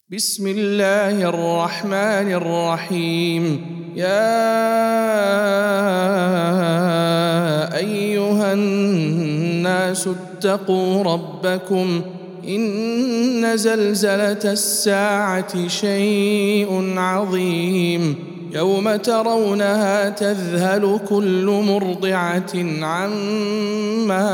بسم الله الرحمن الرحيم. يا أيها الناس اتقوا ربكم إن زلزلة الساعة شيء عظيم يوم ترونها تذهل كل مرضعة عما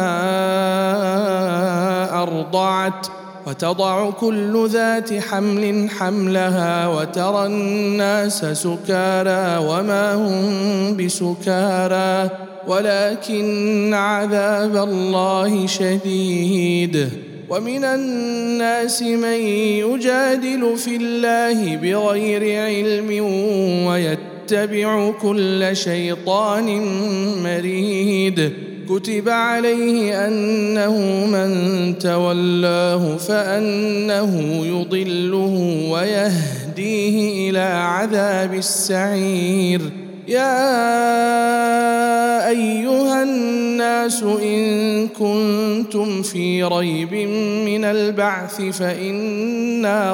أرضعت وتضع كل ذات حمل حملها وترى الناس سكارى وما هم بسكارى ولكن عذاب الله شديد. ومن الناس من يجادل في الله بغير علم ويتبع كل شيطان مريد. كتب عليه أنه من تولاه فأنه يضله ويهديه إلى عذاب السعير. يا أيها الناس إن كنتم في ريب من البعث فإنا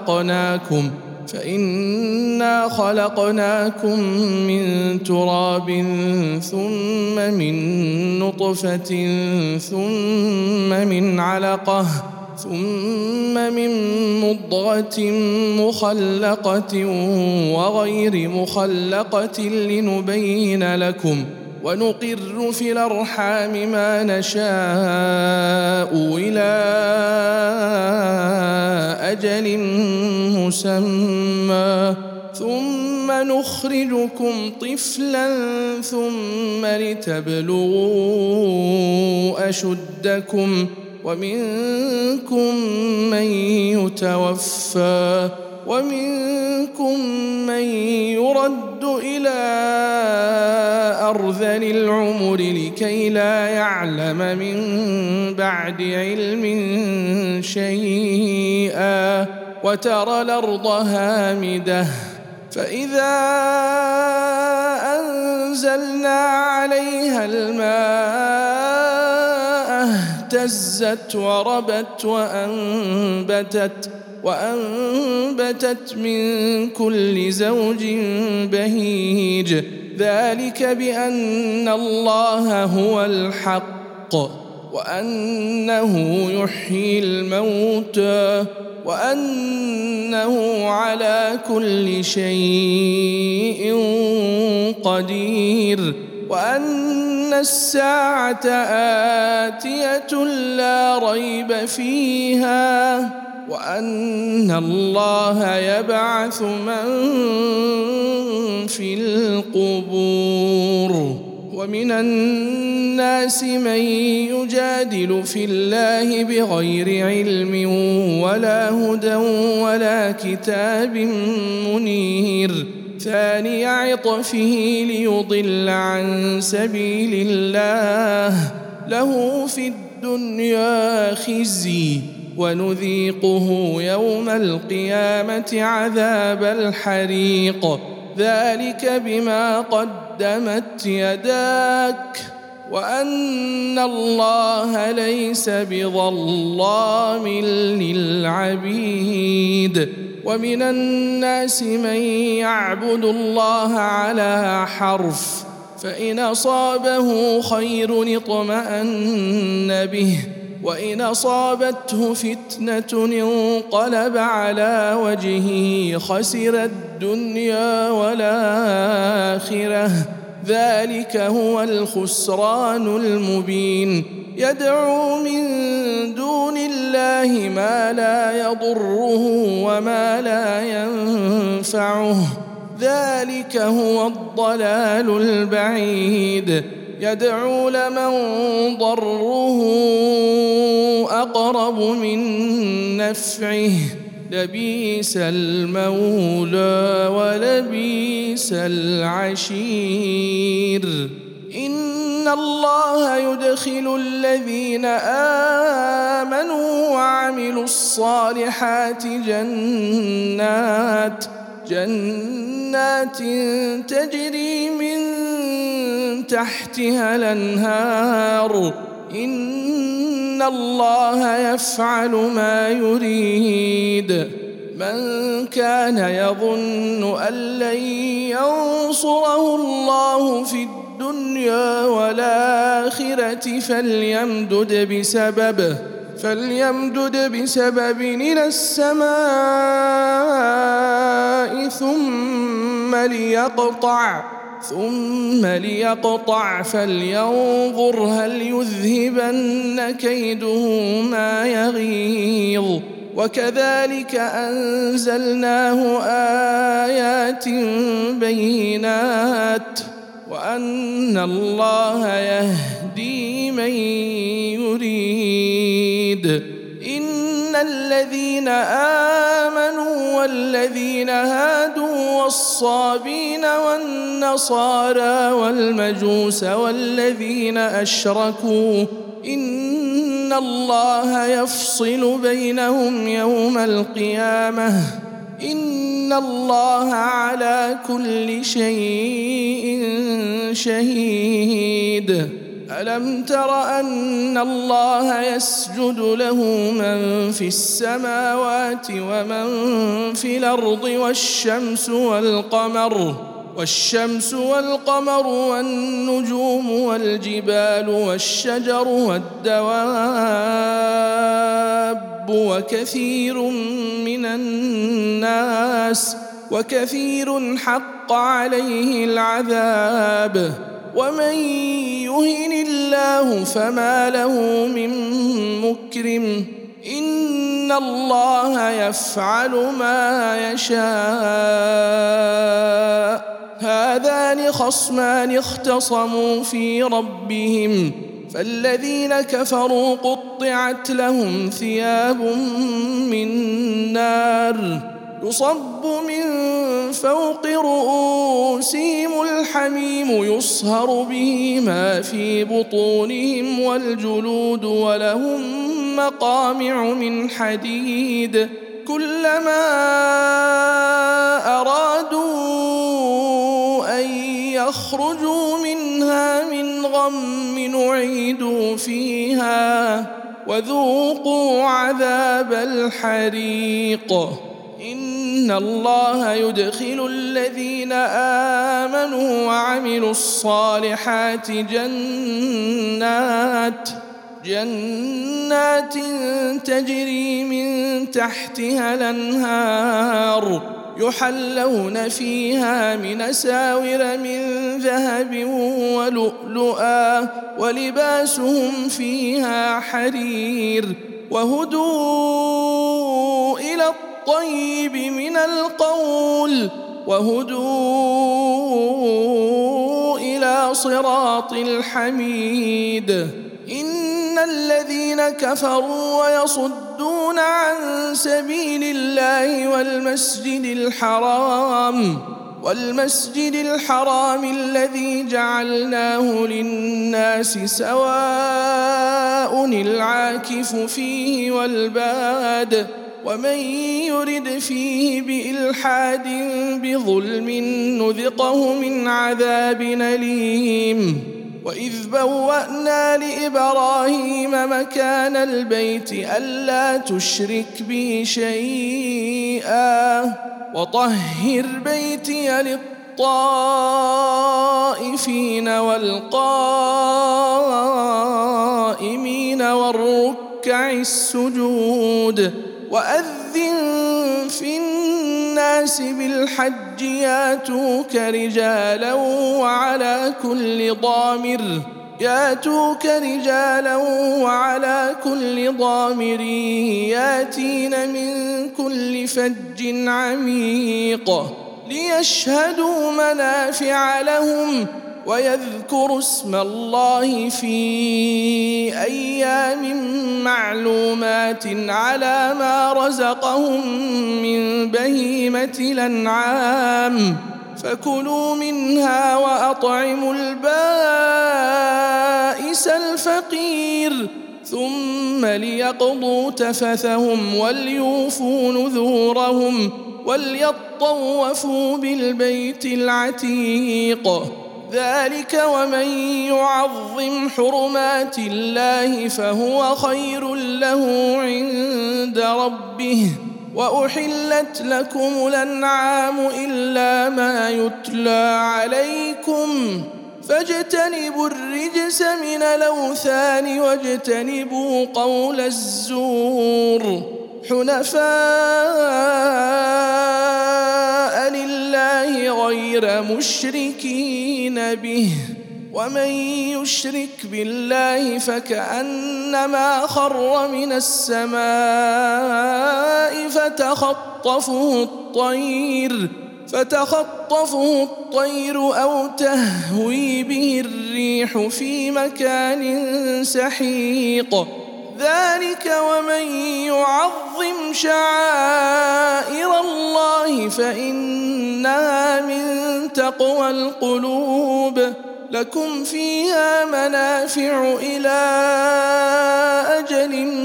خلقناكم من تراب ثم من نطفة ثم من علقة ثم من مضغة مخلقة وغير مخلقة لنبين لكم ونقر في الأرحام ما نشاء إلى أجل مسمى ثم نخرجكم طفلا ثم لتبلغوا أشدكم ومنكم من يتوفى ومنكم من يرد إلى أرذل العمر لكي لا يعلم من بعد علم شيئا وترى الأرض هامدة فإذا أنزلنا عليها الماء اهتزت وربت وأنبتت من كل زوج بهيج. ذلك بأن الله هو الحق وأنه يحيي الموتى وأنه على كل شيء قدير وأن الساعة آتية لا ريب فيها وأن الله يبعث من في القبور. ومن الناس من يجادل في الله بغير علم ولا هدى ولا كتاب منير. ثاني عطفه ليضل عن سبيل الله له في الدنيا خزي ونذيقه يوم القيامة عذاب الحريق. ذلك بما قدمت يداك وأن الله ليس بظلام للعبيد. ومن الناس من يعبد الله على حرف فإن أصابه خير اطمأن به وإن أصابته فتنة انقلب على وجهه خسر الدنيا والآخرة. ذلك هو الخسران المبين. يدعو من دون الله ما لا يضره وما لا ينفعه. ذلك هو الضلال البعيد. يدعو لمن ضره أقرب من نفعه لبئس المولى ولبئس العشير. إن الله يدخل الذين آمنوا وعملوا الصالحات جنات تجري من تحتها الأنهار. إن الله يفعل ما يريد. من كان يظن أن لن ينصره الله في الدنيا والآخرة فليمدد بسبب إلى السماء ثم ليقطع فلينظر هل يذهبن كيده ما يغيظ. وكذلك أنزلناه آيات بينات وأن الله يهدي من يريد. إن الذين آمنوا والذين هادوا والصابين والنصارى والمجوس والذين أشركوا إن الله يفصل بينهم يوم القيامة إن الله على كل شيء شهيد. ألم تر أن الله يسجد له من في السماوات ومن في الأرض والشمس والقمر والنجوم والجبال والشجر والدواب وكثير حق عليه العذاب. ومن يهن الله فما له من مكرم إن الله يفعل ما يشاء. هذان خصمان اختصموا في ربهم فالذين كفروا قطعت لهم ثياب من نار يصب من فوق رؤوسهم الحميم يصهر به ما في بطونهم والجلود ولهم مقامع من حديد كلما أرادوا أن يخرجوا منها من غم نعيدوا فيها وذوقوا عذاب الحريق. إن الله يدخل الذين آمنوا وعملوا الصالحات جنات تجري من تحتها الأنهار يحلون فيها من أساور من ذهب ولؤلؤا ولباسهم فيها حرير وهدوا إلى الطيب من القول وهدوا إلى صراط الحميد. إن الذين كفروا ويصدون عن سبيل الله والمسجد الحرام الذي جعلناه للناس سواء العاكف فيه والباد ومن يرد فيه بإلحاد بظلم نذقه من عذاب أليم. وإذ بوأنا لإبراهيم مكان البيت ألا تشرك بي شيئا وطهر بيتي للطائفين والقائمين والركع السجود وأذن في الناس بالحج ياتوك رجالا وعلى كل ضامر ياتين من كل فج عميق ليشهدوا منافع لهم ويذكروا اسم الله في أيام معلومات على ما رزقهم من بهيمة الأنعام فكلوا منها وأطعموا البائس الفقير ثم ليقضوا تفثهم وليوفوا نذورهم وليطوفوا بالبيت العتيق. ذلك ومن يعظم حرمات الله فهو خير له عند ربه وأحلت لكم الأنعام إلا ما يتلى عليكم فاجتنبوا الرجس من الأوثان واجتنبوا قول الزور حنفاء لله غير مشركين به ومن يشرك بالله فكأنما خر من السماء فتخطفه الطير أو تهوي به الريح في مكان سحيق ذلك ومن يعظم شعائر الله فإنها من تقوى القلوب لكم فيها منافع إلى أجل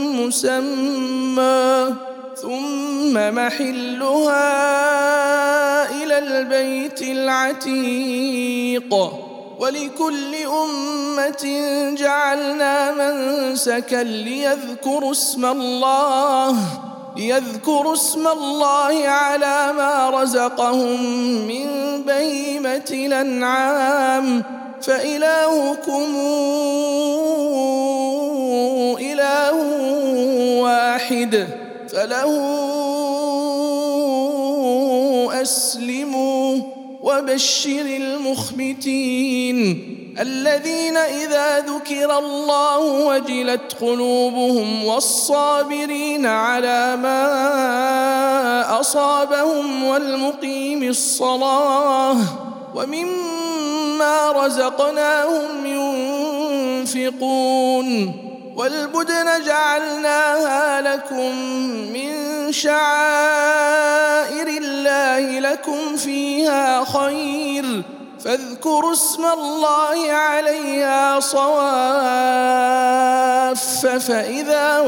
مسمى ثم محلها إلى البيت العتيق ولكل أمة جعلنا منسكا ليذكروا اسم الله على ما رزقهم من بهيمة الأنعام فإلهكم إله واحد فله أسلموا وبشر المخبتين الذين إذا ذكر الله وجلت قلوبهم والصابرين على ما أصابهم والمقيم الصلاة ومما رزقناهم ينفقون والبدن جعلناها لكم من شعائر الله لكم فيها خير فاذكروا اسم الله عليها صواف فإذا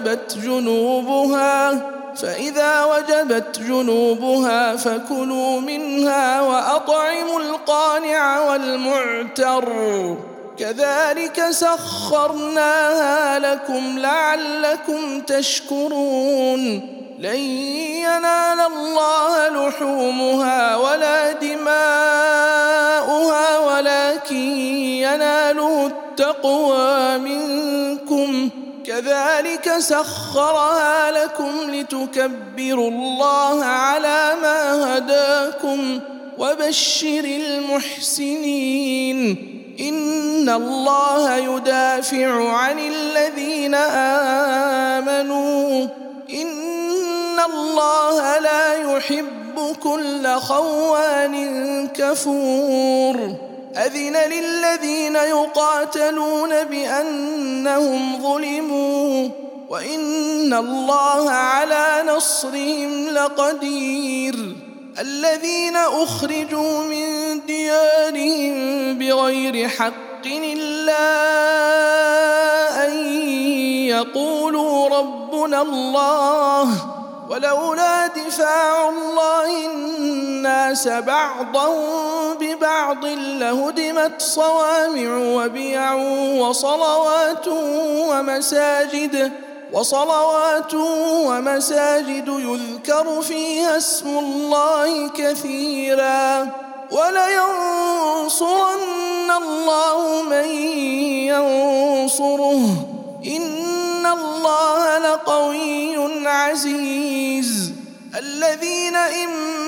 وجبت جنوبها فكلوا منها وأطعموا القانع والمعتر كذلك سخرناها لكم لعلكم تشكرون لن ينال الله لحومها ولا دماؤها ولكن يناله التقوى منكم كذلك سخرها لكم لتكبروا الله على ما هداكم وبشر المحسنين إن الله يدافع عن الذين آمنوا إن الله لا يحب كل خوان كفور أذن للذين يقاتلون بأنهم ظلموا وإن الله على نصرهم لقدير الذين أخرجوا من ديارهم بغير حق إلا أن يقولوا ربنا الله ولولا دفاع الله الناس بعضهم ببعض لهدمت صوامع وبيع وصلوات ومساجد يذكر فيها اسم الله كثيرا ولينصرن الله من ينصره إن الله لقوي عزيز الذين إن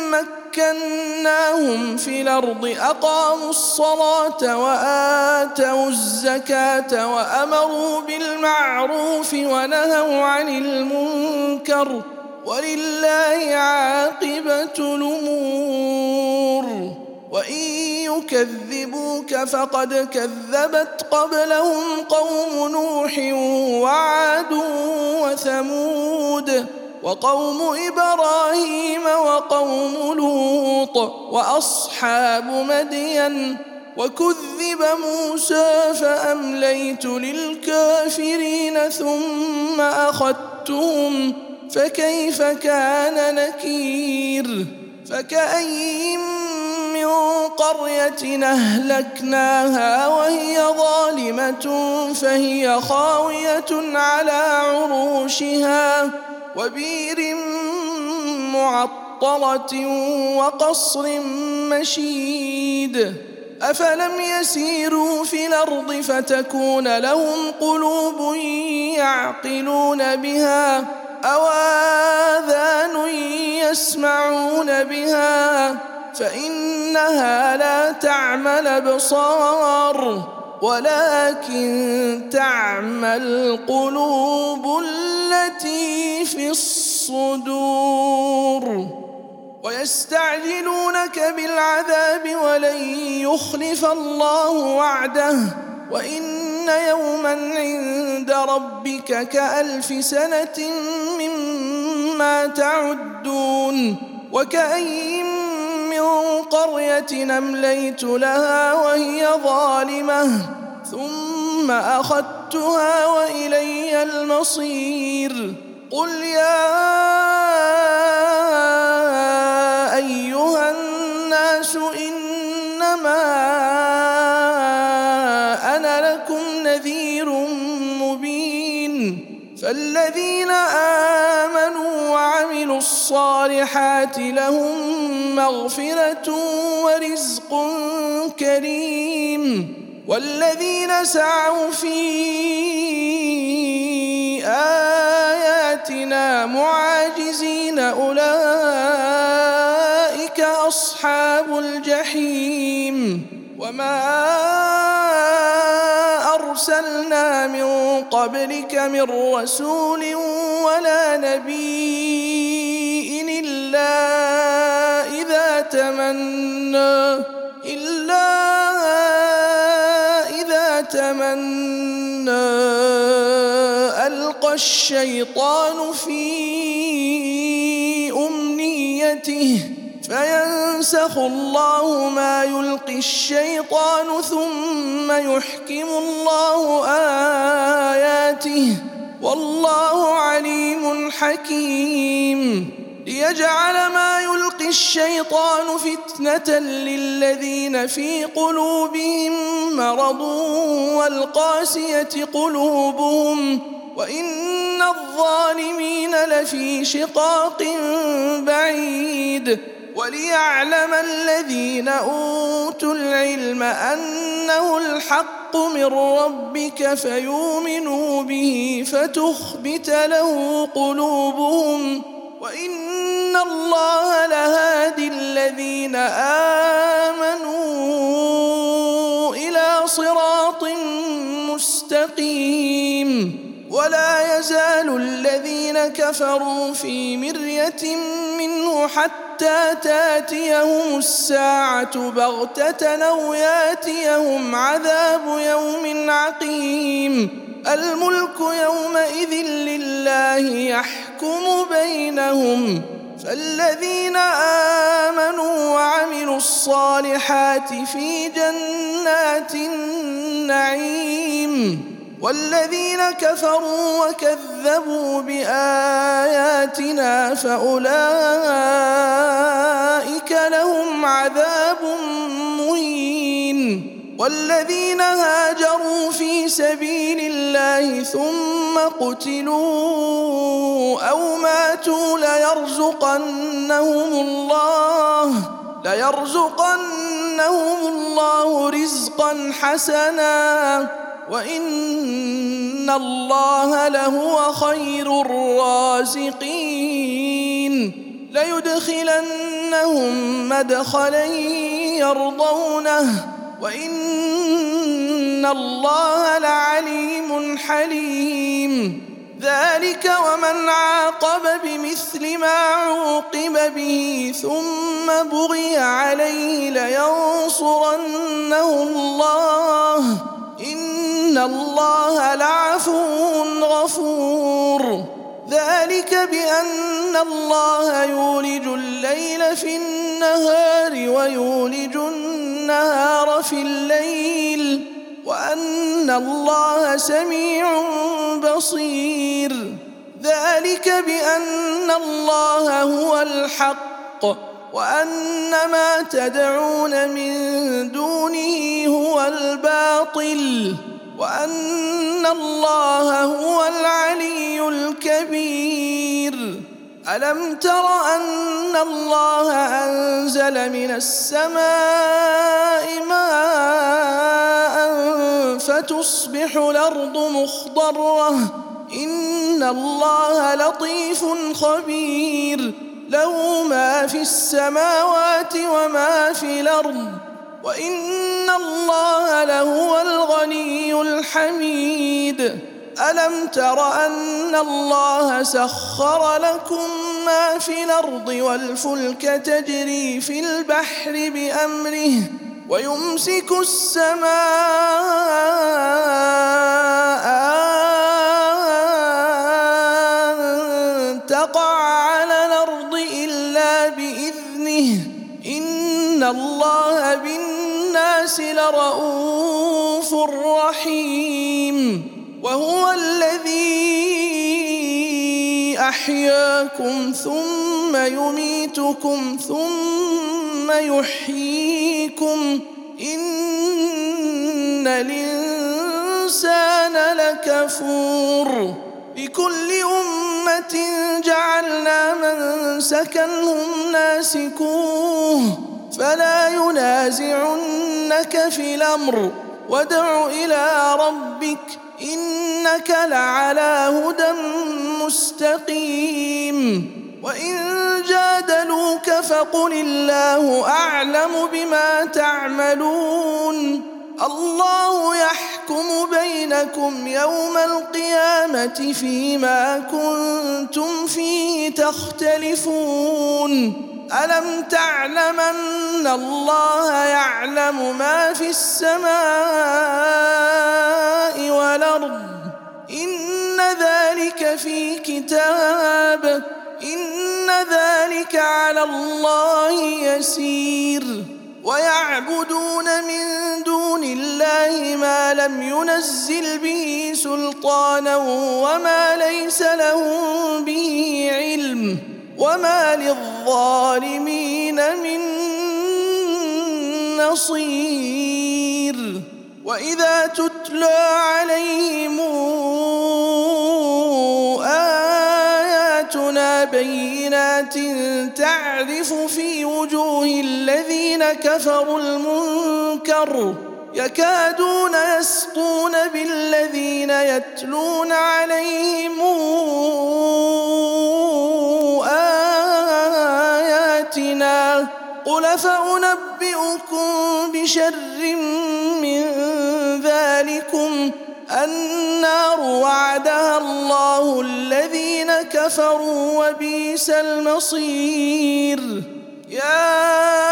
مكناهم في الأرض أقاموا الصلاة وآتوا الزكاة وأمروا بالمعروف ونهوا عن المنكر ولله عاقبة الأمور وإن يكذبوك فقد كذبت قبلهم قوم نوح وعاد وثمود وقوم إبراهيم وقوم لوط وأصحاب مدين وكذب موسى فأمليت للكافرين ثم أخذتهم فكيف كان نكير فكأين من قرية أهلكناها وهي ظالمة فهي خاوية على عروشها وبير معطلة وقصر مشيد أفلم يسيروا في الأرض فتكون لهم قلوب يعقلون بها أو آذان يسمعون بها فإنها لا تعمى الأبصار ولكن تعمى القلوب التي في الصدور ويستعجلونك بالعذاب ولن يخلف الله وعده وإن يوما عند ربك كألف سنة مما تعدون وكأي من قرية أمليت لها وهي ظالمة ثم أخذتها وإلي المصير قل يا أيها الناس إنما أنا لكم نذير مبين فالذين آمنوا وعملوا الصالحات لهم مغفرة ورزق كريم والذين سعوا في آياتنا معاجزين أولئك أصحاب الجحيم وما أرسلنا من قبلك من رسول ولا نبي إلا إذا تمنى ألقى الشيطان في أمنيته فينسخ الله ما يلقي الشيطان ثم يحكم الله آياته والله عليم حكيم ليجعل ما يلقي الشيطان فتنة للذين في قلوبهم مرض والقاسية قلوبهم وإن الظالمين لفي شقاق بعيد وليعلم الذين أوتوا العلم أنه الحق من ربك فيؤمنوا به فتخبت له قلوبهم وإن الله لهادي الذين آمنوا إلى صراط مستقيم ولا يزال الذين كفروا في مرية منه حتى تاتيهم الساعة بغتة أو ياتيهم عذاب يوم عقيم الملك يومئذ لله يحكم بينهم فالذين آمنوا وعملوا الصالحات في جنات النعيم والذين كفروا وكذبوا بآياتنا فأولئك لهم عذاب مهين والذين هاجروا في سبيل الله ثم قتلوا أو ماتوا ليرزقنهم الله رزقا حسنا وإن الله لهو خير الرازقين ليدخلنهم مدخلا يرضونه وإن الله لعليم حليم ذلك ومن عاقب بمثل ما عوقب به ثم بغي عليه لينصرنه الله إن الله لعفو غفور ذلك بأن الله يولج الليل في النهار ويولج النهار في الليل وأن الله سميع بصير ذلك بأن الله هو الحق وأن ما تدعون من دونه هو الباطل وأن الله هو العلي الكبير ألم تر أن الله أنزل من السماء ماء فتصبح الأرض مخضرة إن الله لطيف خبير له ما في السماوات وما في الأرض وإن الله لهو الغني الحميد ألم تر أن الله سخر لكم ما في الأرض والفلك تجري في البحر بأمره ويمسك السماء أن تقع على الأرض إلا بإذنه إن الله بالناس لرءوف رحيم وهو الذي أحياكم ثم يميتكم ثم يحييكم إن الإنسان لكفور لكل أمة جعلنا منسكا هم ناسكوه فلا ينازعنك في الأمر وادع إلى ربك إنك لعلى هدى مستقيم وإن جادلوك فقل الله أعلم بما تعملون الله يحكم بينكم يوم القيامة فيما كنتم فيه تختلفون ألم تعلم أن الله يعلم ما في السماء والأرض إن ذلك في كتاب إن ذلك على الله يسير ويعبدون من دون الله ما لم ينزل به سلطانا وما ليس لهم به علم وما للظالمين من نصير وإذا تتلى عليهم آياتنا بينات تعرف في وجوه الذين كفروا المنكر يكادون يسطون بالذين يتلون عليهم آياتنا قل فأنبئكم بشر من ذلكم النار وعدها الله الذين كفروا وبئس المصير يا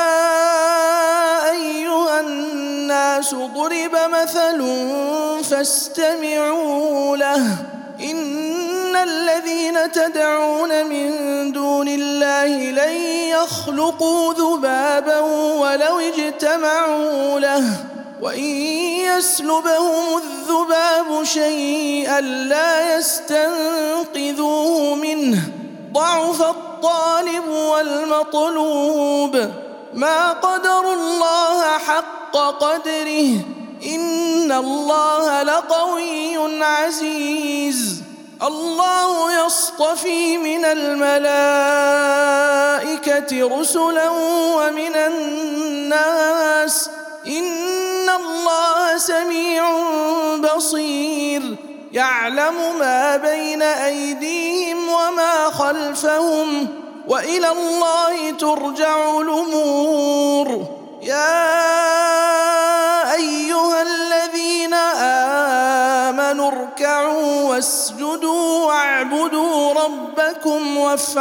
أيها الناس ضرب مثل فاستمعوا له إن الذين تدعون من دون الله لن يخلقوا ذبابا ولو اجتمعوا له وإن يسلبهم الذباب شيئا لا يستنقذوه منه ضعف الطالب والمطلوب ما قدروا الله حق قدره إن الله لقوي عزيز الله يصطفي من الملائكة رسلا ومن الناس إن الله سميع بصير يعلم ما بين أيديهم وما خلفهم وإلى الله ترجع الأمور يا أيها الذين آمنوا اركعوا واسجدوا واعبدوا ربكم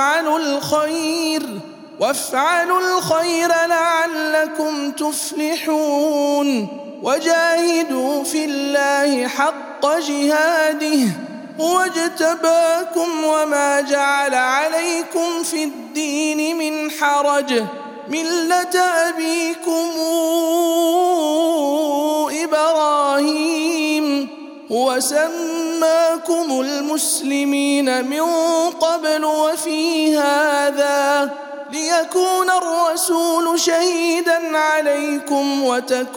وافعلوا الخير لعلكم تفلحون وجاهدوا في الله حق جهاده هو اجتباكم وما جعل عليكم في الدين من حرج ملة أبيكم إبراهيم هو سماكم المسلمين من قبل وفي هذا ليكون الرسول شهيدا عليكم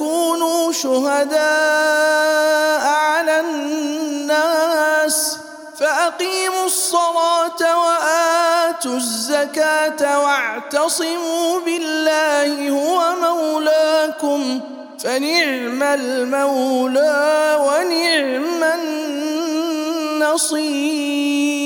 وتكونوا شهداء على الناس فأقيموا الصلاة وآتوا الزكاة واعتصموا بالله هو مولاكم فنعم المولى ونعم النصير.